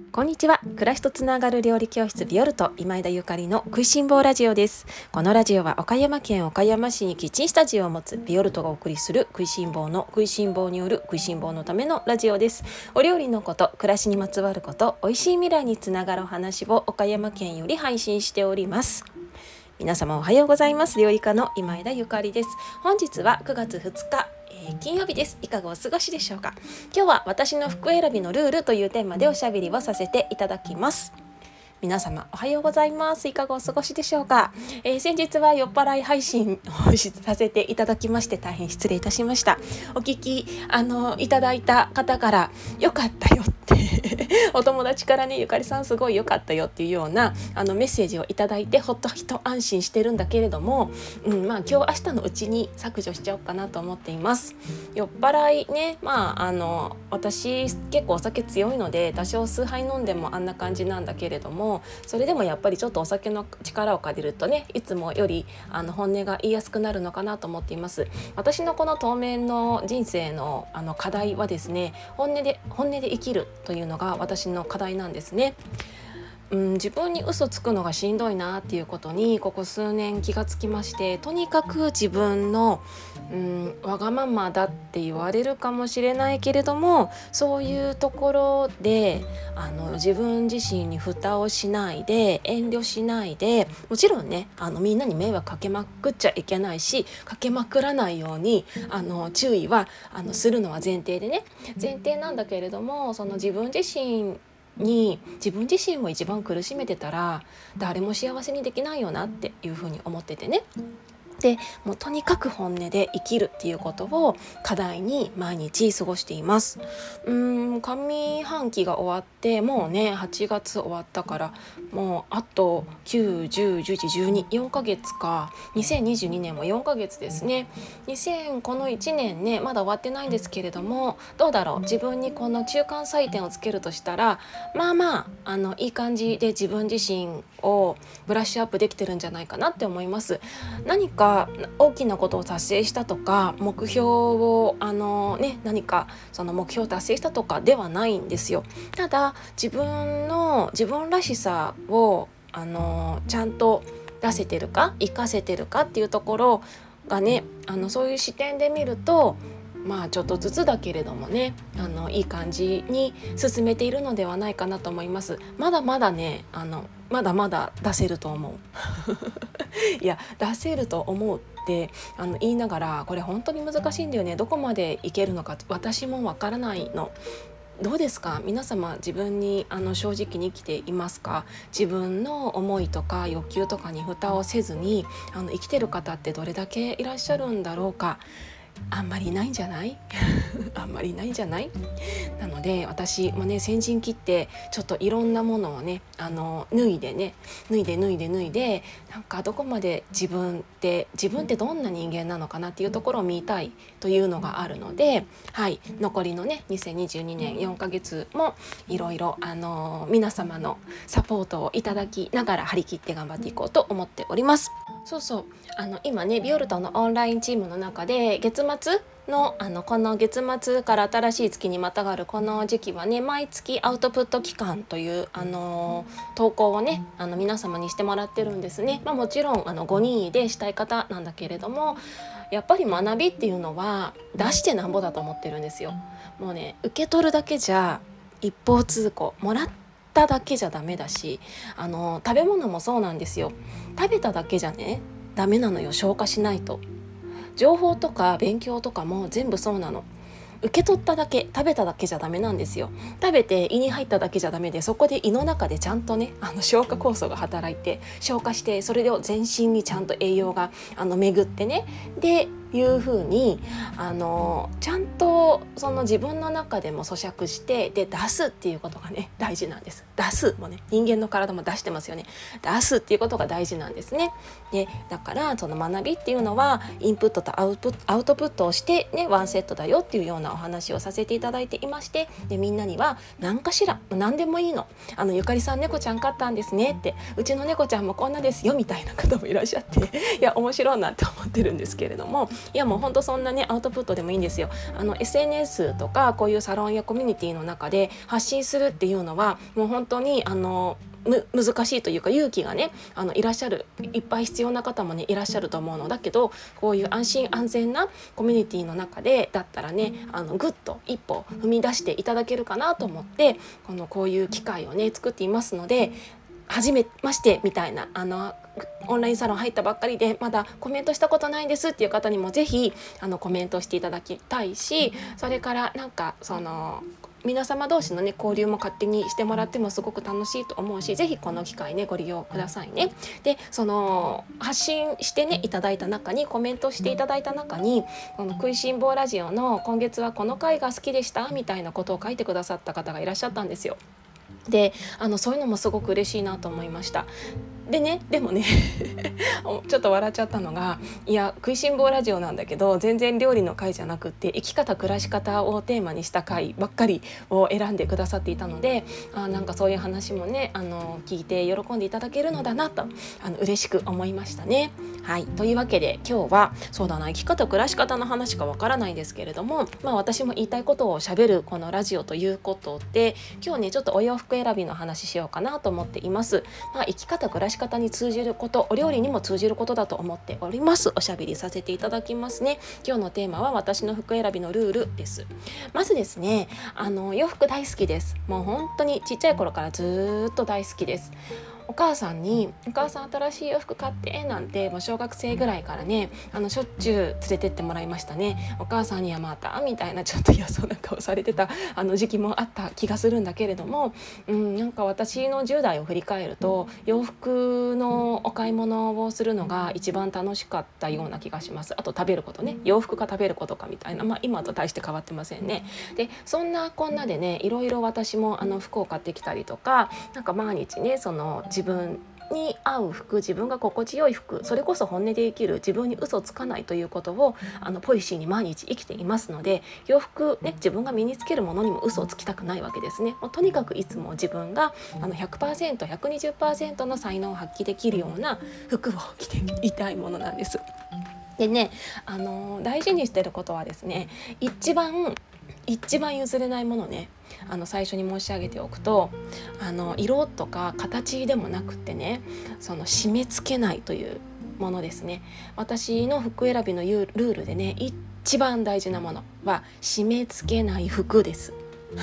こんにちは。暮らしとつながる料理教室ビオルト今井田ゆかりの食いしん坊ラジオです。このラジオは岡山県岡山市にキッチンスタジオを持つビオルトがお送りする食いしん坊の食いしん坊による食いしん坊のためのラジオです。お料理のこと、暮らしにまつわること、美味しい未来につながるお話を岡山県より配信しております。皆様おはようございます。料理家の今井田ゆかりです。本日は9月2日金曜日です。いかがお過ごしでしょうか。今日は私の服選びのルールというテーマでおしゃべりをさせていただきます。皆様おはようございます。いかがお過ごしでしょうか。先日は酔っ払い配信をさせていただきまして大変失礼いたしました。お聞きいただいた方からよかったよってお友達からね、ゆかりさんすごいよかったよっていうようなメッセージをいただいてほっと一安心してるんだけれども、今日明日のうちに削除しちゃおうかなと思っています。酔っ払いね、私結構お酒強いので多少数杯飲んでもあんな感じなんだけれども、それでもやっぱりちょっとお酒の力を借りるとね、いつもより本音が言いやすくなるのかなと思っています。私のこの当面の人生の課題はですね、本音で生きるというのが私の課題なんですね。自分に嘘つくのがしんどいなっていうことにここ数年気がつきまして、とにかく自分のわがままだって言われるかもしれないけれども、そういうところで自分自身に蓋をしないで、遠慮しないで、もちろんねみんなに迷惑かけまくっちゃいけないし、かけまくらないように注意はするのは前提でね、前提なんだけれども、その自分自身を一番苦しめてたら誰も幸せにできないよなっていうふうに思っててね。でもうとにかく本音で生きるっていうことを課題に毎日過ごしています。上半期が終わってもうね8月終わったから、もうあと9、10、11、12、4ヶ月か。2022年も4ヶ月ですね。この1年ねまだ終わってないんですけれども、どうだろう、自分にこの中間採点をつけるとしたら、いい感じで自分自身をブラッシュアップできてるんじゃないかなって思います。何か大きなことを達成したとか、目標を何かその目標を達成したとかではないんですよ。ただ自分らしさをちゃんと出せてるか活かせてるかっていうところがね、そういう視点で見るとちょっとずつだけれどもねいい感じに進めているのではないかなと思います。まだまだねまだまだ出せると思ういや出せると思うって言いながら、これ本当に難しいんだよね。どこまでいけるのか私もわからないの。どうですか皆様、自分に正直に生きていますか？自分の思いとか欲求とかに蓋をせずに生きてる方ってどれだけいらっしゃるんだろうか。あんまりいないんじゃないあんまりいないんじゃない。なので私もね、先陣切ってちょっといろんなものをね脱いでなんかどこまで自分ってどんな人間なのかなっていうところを見たいというのがあるので、残りのね2022年4ヶ月もいろいろ皆様のサポートをいただきながら張り切って頑張っていこうと思っております。そう今ねビオルトのオンラインチームの中で月末のこの月末から新しい月にまたがるこの時期はね、毎月アウトプット期間という投稿をね皆様にしてもらってるんですね。もちろん5人でしたい方なんだけれども、やっぱり学びっていうのは出してなんぼだと思ってるんですよ。もうね、受け取るだけじゃ一方通行、もらっただけじゃダメだし、食べ物もそうなんですよ。食べただけじゃねダメなのよ、消化しないと。情報とか勉強とかも全部そうなの。受け取っただけ、食べただけじゃダメなんですよ。食べて胃に入っただけじゃダメで、そこで胃の中でちゃんとね消化酵素が働いて消化して、それで全身にちゃんと栄養が巡ってね、でいう風にちゃんとその自分の中でも咀嚼してで出すっていうことがね大事なんです。出すもね、人間の体も出してますよね。出すっていうことが大事なんですね。でだからその学びっていうのはインプットとアウトプットをしてねワンセットだよっていうようなお話をさせていただいていまして、でみんなには何かしら何でもいいの。ゆかりさん猫ちゃん飼ったんですねって、うちの猫ちゃんもこんなですよみたいな方もいらっしゃっていや面白いなって思ってるんですけれども、 いやもう本当そんなねアウトプットでもいいんですよ。SNS とかこういうサロンやコミュニティの中で発信するっていうのはもう本当に難しいというか勇気がねいらっしゃる、いっぱい必要な方もねいらっしゃると思うのだけど、こういう安心安全なコミュニティの中でだったらねぐっと一歩踏み出していただけるかなと思ってこういう機会をね作っていますので、初めましてみたいなオンラインサロン入ったばっかりでまだコメントしたことないんですっていう方にもぜひコメントしていただきたいし、それからなんか皆様同士のね交流も勝手にしてもらってもすごく楽しいと思うし、ぜひこの機会ねご利用くださいね。で発信してねいただいた中にコメントしていただいた中にこの食いしん坊ラジオの今月はこの回が好きでしたみたいなことを書いてくださった方がいらっしゃったんですよ。でそういうのもすごく嬉しいなと思いました。でもねちょっと笑っちゃったのが、いや食いしん坊ラジオなんだけど全然料理の回じゃなくって生き方暮らし方をテーマにした回ばっかりを選んでくださっていたので、なんかそういう話もね聞いて喜んでいただけるのだなと嬉しく思いましたね。はい、というわけで今日はそうだな、生き方暮らし方の話かわからないですけれども、私も言いたいことをしゃべるこのラジオということで、今日ねちょっとお洋服選びの話しようかなと思っています。生き方暮らし方に通じること、お料理にも通じることだと思っております。おしゃべりさせていただきますね。今日のテーマは私の服選びのルールです。まずですね、洋服大好きです。もう本当にちっちゃい頃からずっと大好きです。お母さんにお母さん新しい洋服買ってなんてもう小学生ぐらいからねしょっちゅう連れてってもらいましたね。お母さんにはまたみたいなちょっと嫌そうな顔されてた時期もあった気がするんだけれども、なんか私の10代を振り返ると洋服のお買い物をするのが一番楽しかったような気がします。あと食べることね、洋服か食べることかみたいな、今と大して変わってませんね。でそんなこんなでねいろいろ私も服を買ってきたりとか、なんか毎日ね自分に合う服、自分が心地よい服、それこそ本音で生きる、自分に嘘つかないということをポリシーに毎日生きていますので、洋服ね自分が身につけるものにも嘘をつきたくないわけですね。もうとにかくいつも自分が100%、120% の才能を発揮できるような服を着ていたいものなんです。でね大事にしてることはですね、一番譲れないものね、最初に申し上げておくと色とか形でもなくってね、締め付けないというものですね。私の服選びのルールでね一番大事なものは締め付けない服です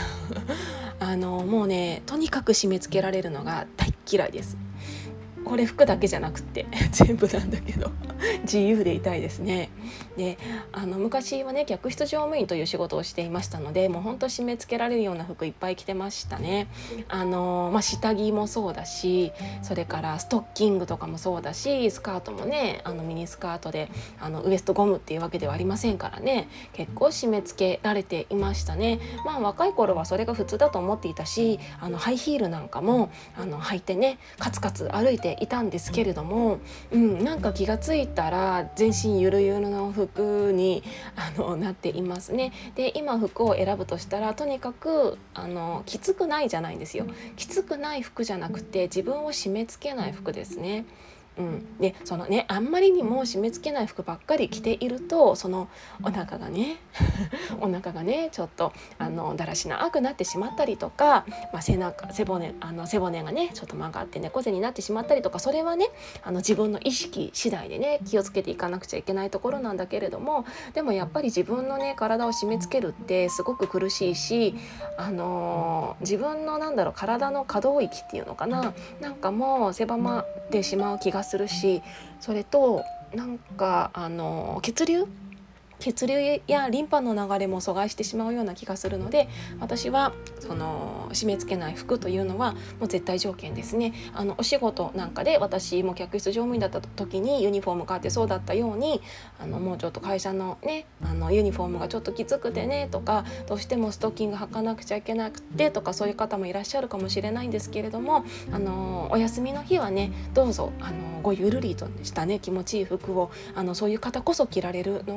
もうねとにかく締め付けられるのが大嫌いです。これ服だけじゃなくて全部なんだけど自由でいたいですね。で昔はね客室乗務員という仕事をしていましたので、もうほんと締め付けられるような服いっぱい着てましたね。下着もそうだし、それからストッキングとかもそうだし、スカートもねミニスカートでウエストゴムっていうわけではありませんからね、結構締め付けられていましたね。若い頃はそれが普通だと思っていたし、ハイヒールなんかも履いてねカツカツ歩いていたんですけれども、なんか気がついたら全身ゆるゆるの服になっていますね。で今服を選ぶとしたらとにかくきつくないじゃないんですよ。きつくない服じゃなくて自分を締め付けない服ですね。であんまりにも締め付けない服ばっかり着ているとお腹がねちょっとだらしなくなってしまったりとか、背骨がねちょっと曲がって猫背になってしまったりとか、それはね自分の意識次第でね気をつけていかなくちゃいけないところなんだけれども、でもやっぱり自分のね体を締め付けるってすごく苦しいし、自分の体の可動域っていうのかな、なんかもう狭まってしまう気がするし、それとなんか血流やリンパの流れも阻害してしまうような気がするので、私は締め付けない服というのはもう絶対条件ですね。お仕事なんかで私も客室乗務員だった時にユニフォーム買ってそうだったようにもうちょっと会社のねユニフォームがちょっときつくてねとか、どうしてもストッキング履かなくちゃいけなくてとか、そういう方もいらっしゃるかもしれないんですけれども、お休みの日はねどうぞごゆるりとしたね気持ちいい服をそういう方こそ着られるのが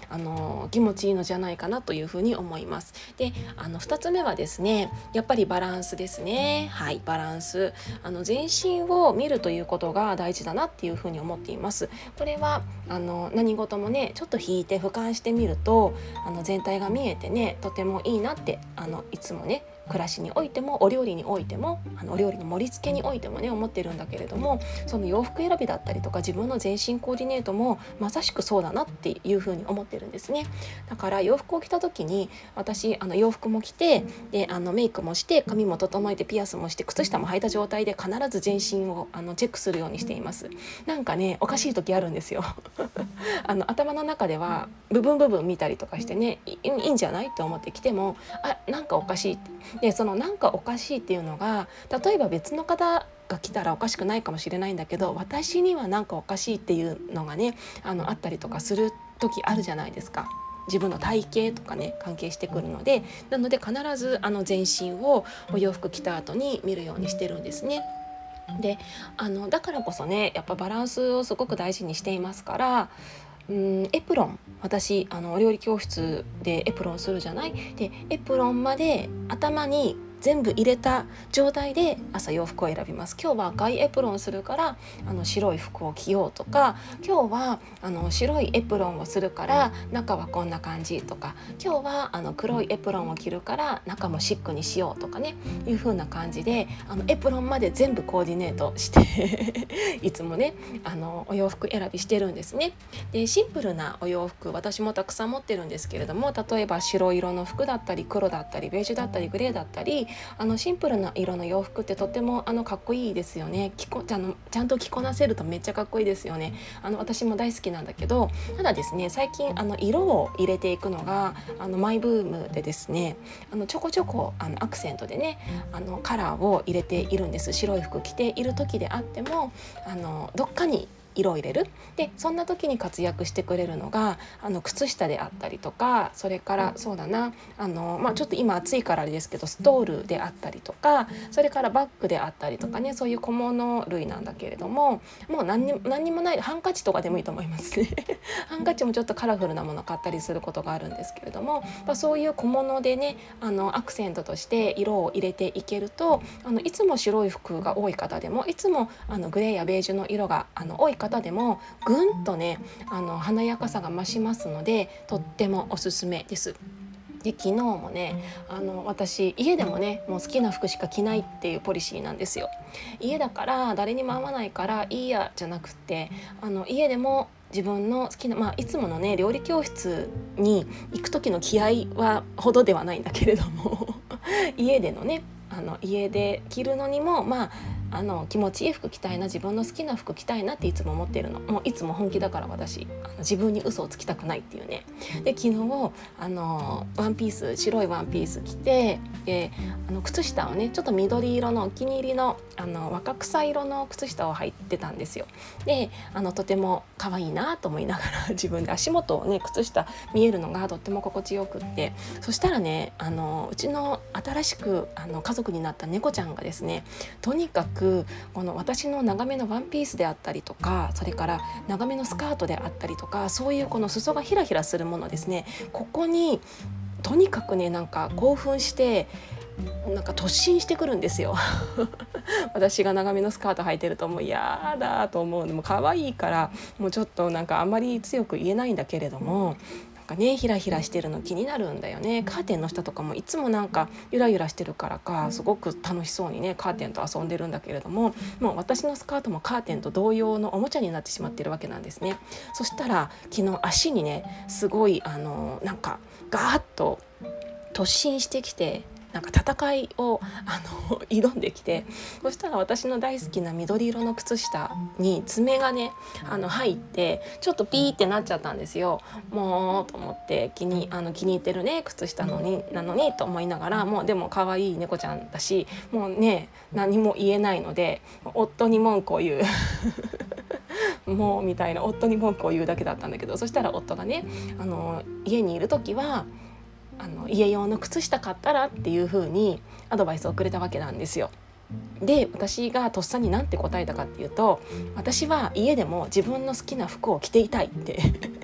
気持ちいいのじゃないかなというふうに思います。で2つ目はですね、やっぱりバランスですね。はい、バランス、全身を見るということが大事だなっていうふうに思っています。これは何事もね、ちょっと引いて俯瞰してみると全体が見えてね、とてもいいなっていつもね、暮らしにおいてもお料理においてもお料理の盛り付けにおいてもね思ってるんだけれども、その洋服選びだったりとか自分の全身コーディネートもまさしくそうだなっていうふうに思ってるんですね。だから洋服を着た時に私洋服も着て、でメイクもして髪も整えてピアスもして靴下も履いた状態で必ず全身をチェックするようにしています。なんかねおかしい時あるんですよ頭の中では部分見たりとかしてね、いいんじゃないと思って着てもなんかおかしいって、でそのなんかおかしいっていうのが例えば別の方が来たらおかしくないかもしれないんだけど、私にはなんかおかしいっていうのがねあったりとかする時あるじゃないですか。自分の体型とかね関係してくるので、なので必ず全身をお洋服着た後に見るようにしてるんですね。でだからこそね、やっぱバランスをすごく大事にしていますから、エプロン、私お料理教室でエプロンするじゃない。でエプロンまで頭に全部入れた状態で朝洋服を選びます。今日は赤いエプロンをするから白い服を着ようとか、今日は白いエプロンをするから中はこんな感じとか、今日は黒いエプロンを着るから中もシックにしようとかね、いう風な感じでエプロンまで全部コーディネートしていつもねお洋服選びしてるんですね。でシンプルなお洋服私もたくさん持ってるんですけれども、例えば白色の服だったり黒だったりベージュだったりグレーだったり、シンプルな色の洋服ってとってもかっこいいですよね。ちゃんと着こなせるとめっちゃかっこいいですよね。私も大好きなんだけど、ただですね、最近色を入れていくのがマイブームでですね、ちょこちょこアクセントでねカラーを入れているんです。白い服着ている時であってもどっかに色を入れる。でそんな時に活躍してくれるのが靴下であったりとか、それからそうだなちょっと今暑いからあれですけどストールであったりとか、それからバッグであったりとかね、そういう小物類なんだけれども、もう何にもないハンカチとかでもいいと思いますねハンカチもちょっとカラフルなもの買ったりすることがあるんですけれども、そういう小物でねアクセントとして色を入れていけるといつも白い服が多い方でも、いつもグレーやベージュの色が多い方でもぐんとね華やかさが増しますので、とってもおすすめです。で昨日もね私家でもねもう好きな服しか着ないっていうポリシーなんですよ。家だから誰にも合わないからいいやじゃなくって家でも自分の好きな、いつものね料理教室に行く時の気合はほどではないんだけれども家でのね家で着るのにも気持ちいい服着たいな、自分の好きな服着たいなっていつも思ってるの。もういつも本気だから私自分に嘘をつきたくないっていうね。で昨日ワンピース、白いワンピース着て、で靴下をねちょっと緑色のお気に入りの若草色の靴下を履いてたんですよ。でとても可愛いなと思いながら自分で足元をね靴下見えるのがとっても心地よくって、そしたらねうちの新しく家族になった猫ちゃんがですね、とにかくこの私の長めのワンピースであったりとか、それから長めのスカートであったりとか、そういうこの裾がヒラヒラするものですね、ここにとにかくねなんか興奮してなんか突進してくるんですよ私が長めのスカート履いてるともう嫌だと思うのも可愛いから、もうちょっとなんかあんまり強く言えないんだけれども、なんかねヒラヒラしてるの気になるんだよね。カーテンの下とかもいつもなんかゆらゆらしてるからかすごく楽しそうにねカーテンと遊んでるんだけれども、もう私のスカートもカーテンと同様のおもちゃになってしまってるわけなんですね。そしたら昨日足にねすごいなんかガーッと突進してきて、なんか戦いを挑んできて、そしたら私の大好きな緑色の靴下に爪がね入ってちょっとピーってなっちゃったんですよ。もうと思って気に入ってるね靴下なのにと思いながら、もうでも可愛い猫ちゃんだしもうね何も言えないので夫に文句を言うもうみたいな夫に文句を言うだけだったんだけど、そしたら夫がね家にいる時は家用の靴下買ったらっていう風にアドバイスをくれたわけなんですよ。で私がとっさに何て答えたかっていうと、私は家でも自分の好きな服を着ていたいって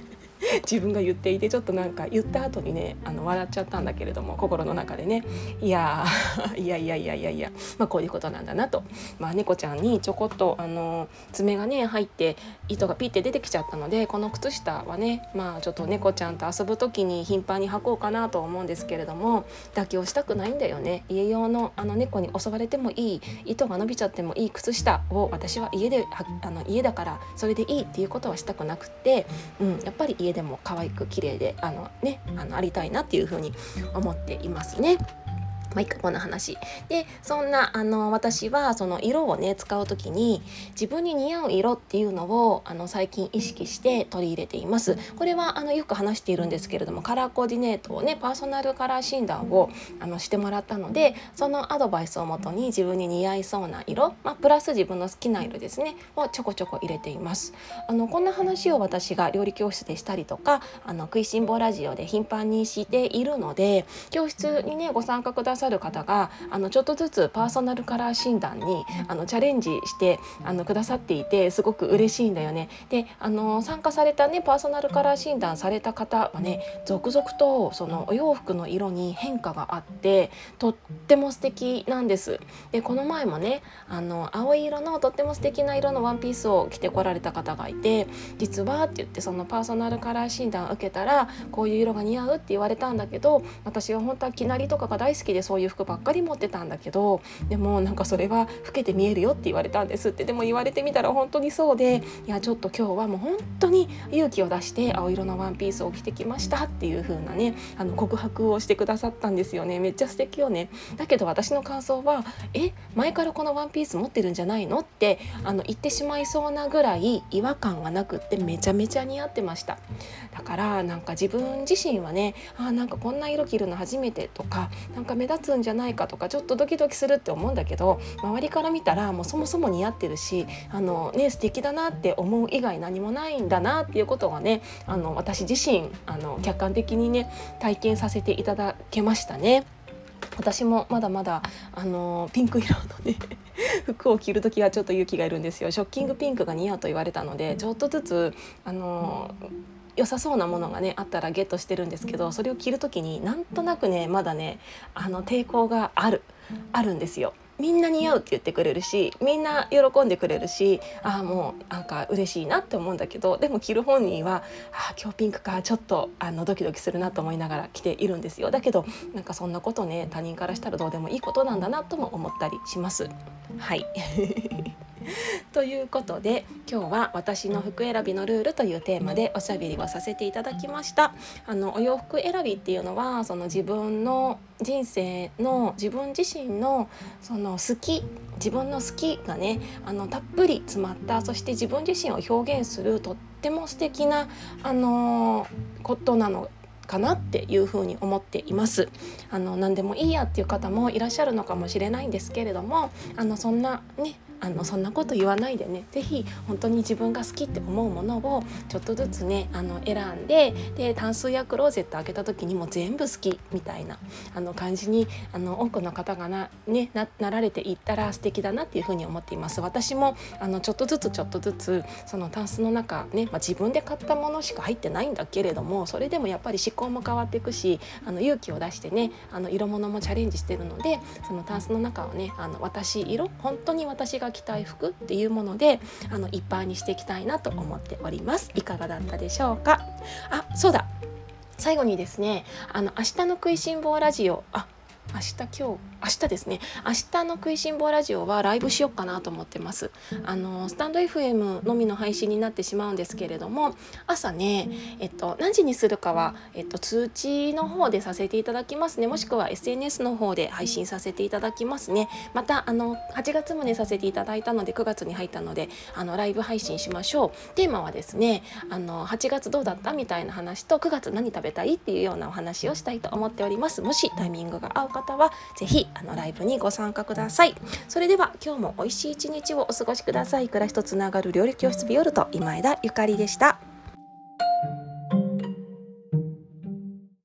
自分が言っていてちょっとなんか言った後にね笑っちゃったんだけれども、心の中でねいやいやいやいやいやいや、こういうことなんだなと。猫ちゃんにちょこっと爪がね入って糸がピッて出てきちゃったので、この靴下はねちょっと猫ちゃんと遊ぶ時に頻繁に履こうかなと思うんですけれども、妥協したくないんだよね。家用の猫に襲われてもいい、糸が伸びちゃってもいい靴下を私は家だからそれでいいっていうことはしたくなくって、やっぱり家でも可愛く綺麗でありたいなっていうふうに思っていますね。いいかこの話で、そんな私はその色をね使うときに自分に似合う色っていうのを最近意識して取り入れています。これはよく話しているんですけれども、カラーコーディネートをねパーソナルカラー診断をしてもらったので、そのアドバイスをもとに自分に似合いそうな色、プラス自分の好きな色ですねをちょこちょこ入れています。こんな話を私が料理教室でしたりとか食いしん坊ラジオで頻繁にしているので、教室にねご参加くださる方がちょっとずつパーソナルカラー診断にチャレンジしてくださっていて、すごく嬉しいんだよね。で参加されたねパーソナルカラー診断された方はね、続々とそのお洋服の色に変化があってとっても素敵なんです。でこの前もね青い色のとっても素敵な色のワンピースを着てこられた方がいて、実はって言ってそのパーソナルカラー診断を受けたらこういう色が似合うって言われたんだけど、私は本当は生成りとかが大好きでそういう服ばっかり持ってたんだけど、でもなんかそれは老けて見えるよって言われたんですって。でも言われてみたら本当にそうで、いやちょっと今日はもう本当に勇気を出して青色のワンピースを着てきましたっていう風なね告白をしてくださったんですよね。めっちゃ素敵よね。だけど私の感想は前からこのワンピース持ってるんじゃないのって言ってしまいそうなぐらい違和感がなくってめちゃめちゃ似合ってました。だからなんか自分自身はねなんかこんな色着るの初めてとか、なんか目立つんじゃないかとかちょっとドキドキするって思うんだけど、周りから見たらもうそもそも似合ってるし素敵だなって思う以外何もないんだなっていうことがね私自身客観的にね体験させていただけましたね。私もまだまだピンク色のね服を着るときはちょっと勇気がいるんですよ。ショッキングピンクが似合うと言われたので、ちょっとずつ良さそうなものがねあったらゲットしてるんですけど、それを着るときになんとなくねまだね抵抗があるんですよ。みんな似合うって言ってくれるし、みんな喜んでくれるし、もうなんか嬉しいなって思うんだけど、でも着る本人は今日ピンクかちょっとドキドキするなと思いながら着ているんですよ。だけどなんかそんなことね他人からしたらどうでもいいことなんだなとも思ったりします。はいということで今日は私の服選びのルールというテーマでおしゃべりをさせていただきました。お洋服選びっていうのはその自分の人生の自分自身のその自分の好きがねたっぷり詰まった、そして自分自身を表現するとっても素敵なことなのかなっていうふうに思っています。何でもいいやっていう方もいらっしゃるのかもしれないんですけれども、そんなこと言わないでね、ぜひ本当に自分が好きって思うものをちょっとずつね選んで、タンスやクローゼット開けた時にも全部好きみたいな感じに多くの方がなられていったら素敵だなっていうふうに思っています。私もちょっとずつそのタンスの中ね、自分で買ったものしか入ってないんだけれども、それでもやっぱり思考も変わっていくし勇気を出してね色物もチャレンジしてるので、そのタンスの中をね本当に私が着たい服っていうものでいっぱいにしていきたいなと思っております。いかがだったでしょうか。そうだ、最後にですね明日の食いしん坊ラジオ明日ですね。明日の食いしん坊ラジオはライブしよっかなと思ってます。スタンド FM のみの配信になってしまうんですけれども、朝ね、何時にするかは、通知の方でさせていただきますね。もしくは SNS の方で配信させていただきますね。また8月もねさせていただいたので9月に入ったのでライブ配信しましょう。テーマはですね8月どうだったみたいな話と9月何食べたいっていうようなお話をしたいと思っております。もしタイミングが合う方はぜひライブにご参加ください。それでは今日も美味しい一日をお過ごしください。暮らしとつながる料理教室ビオルト今枝ゆかりでした。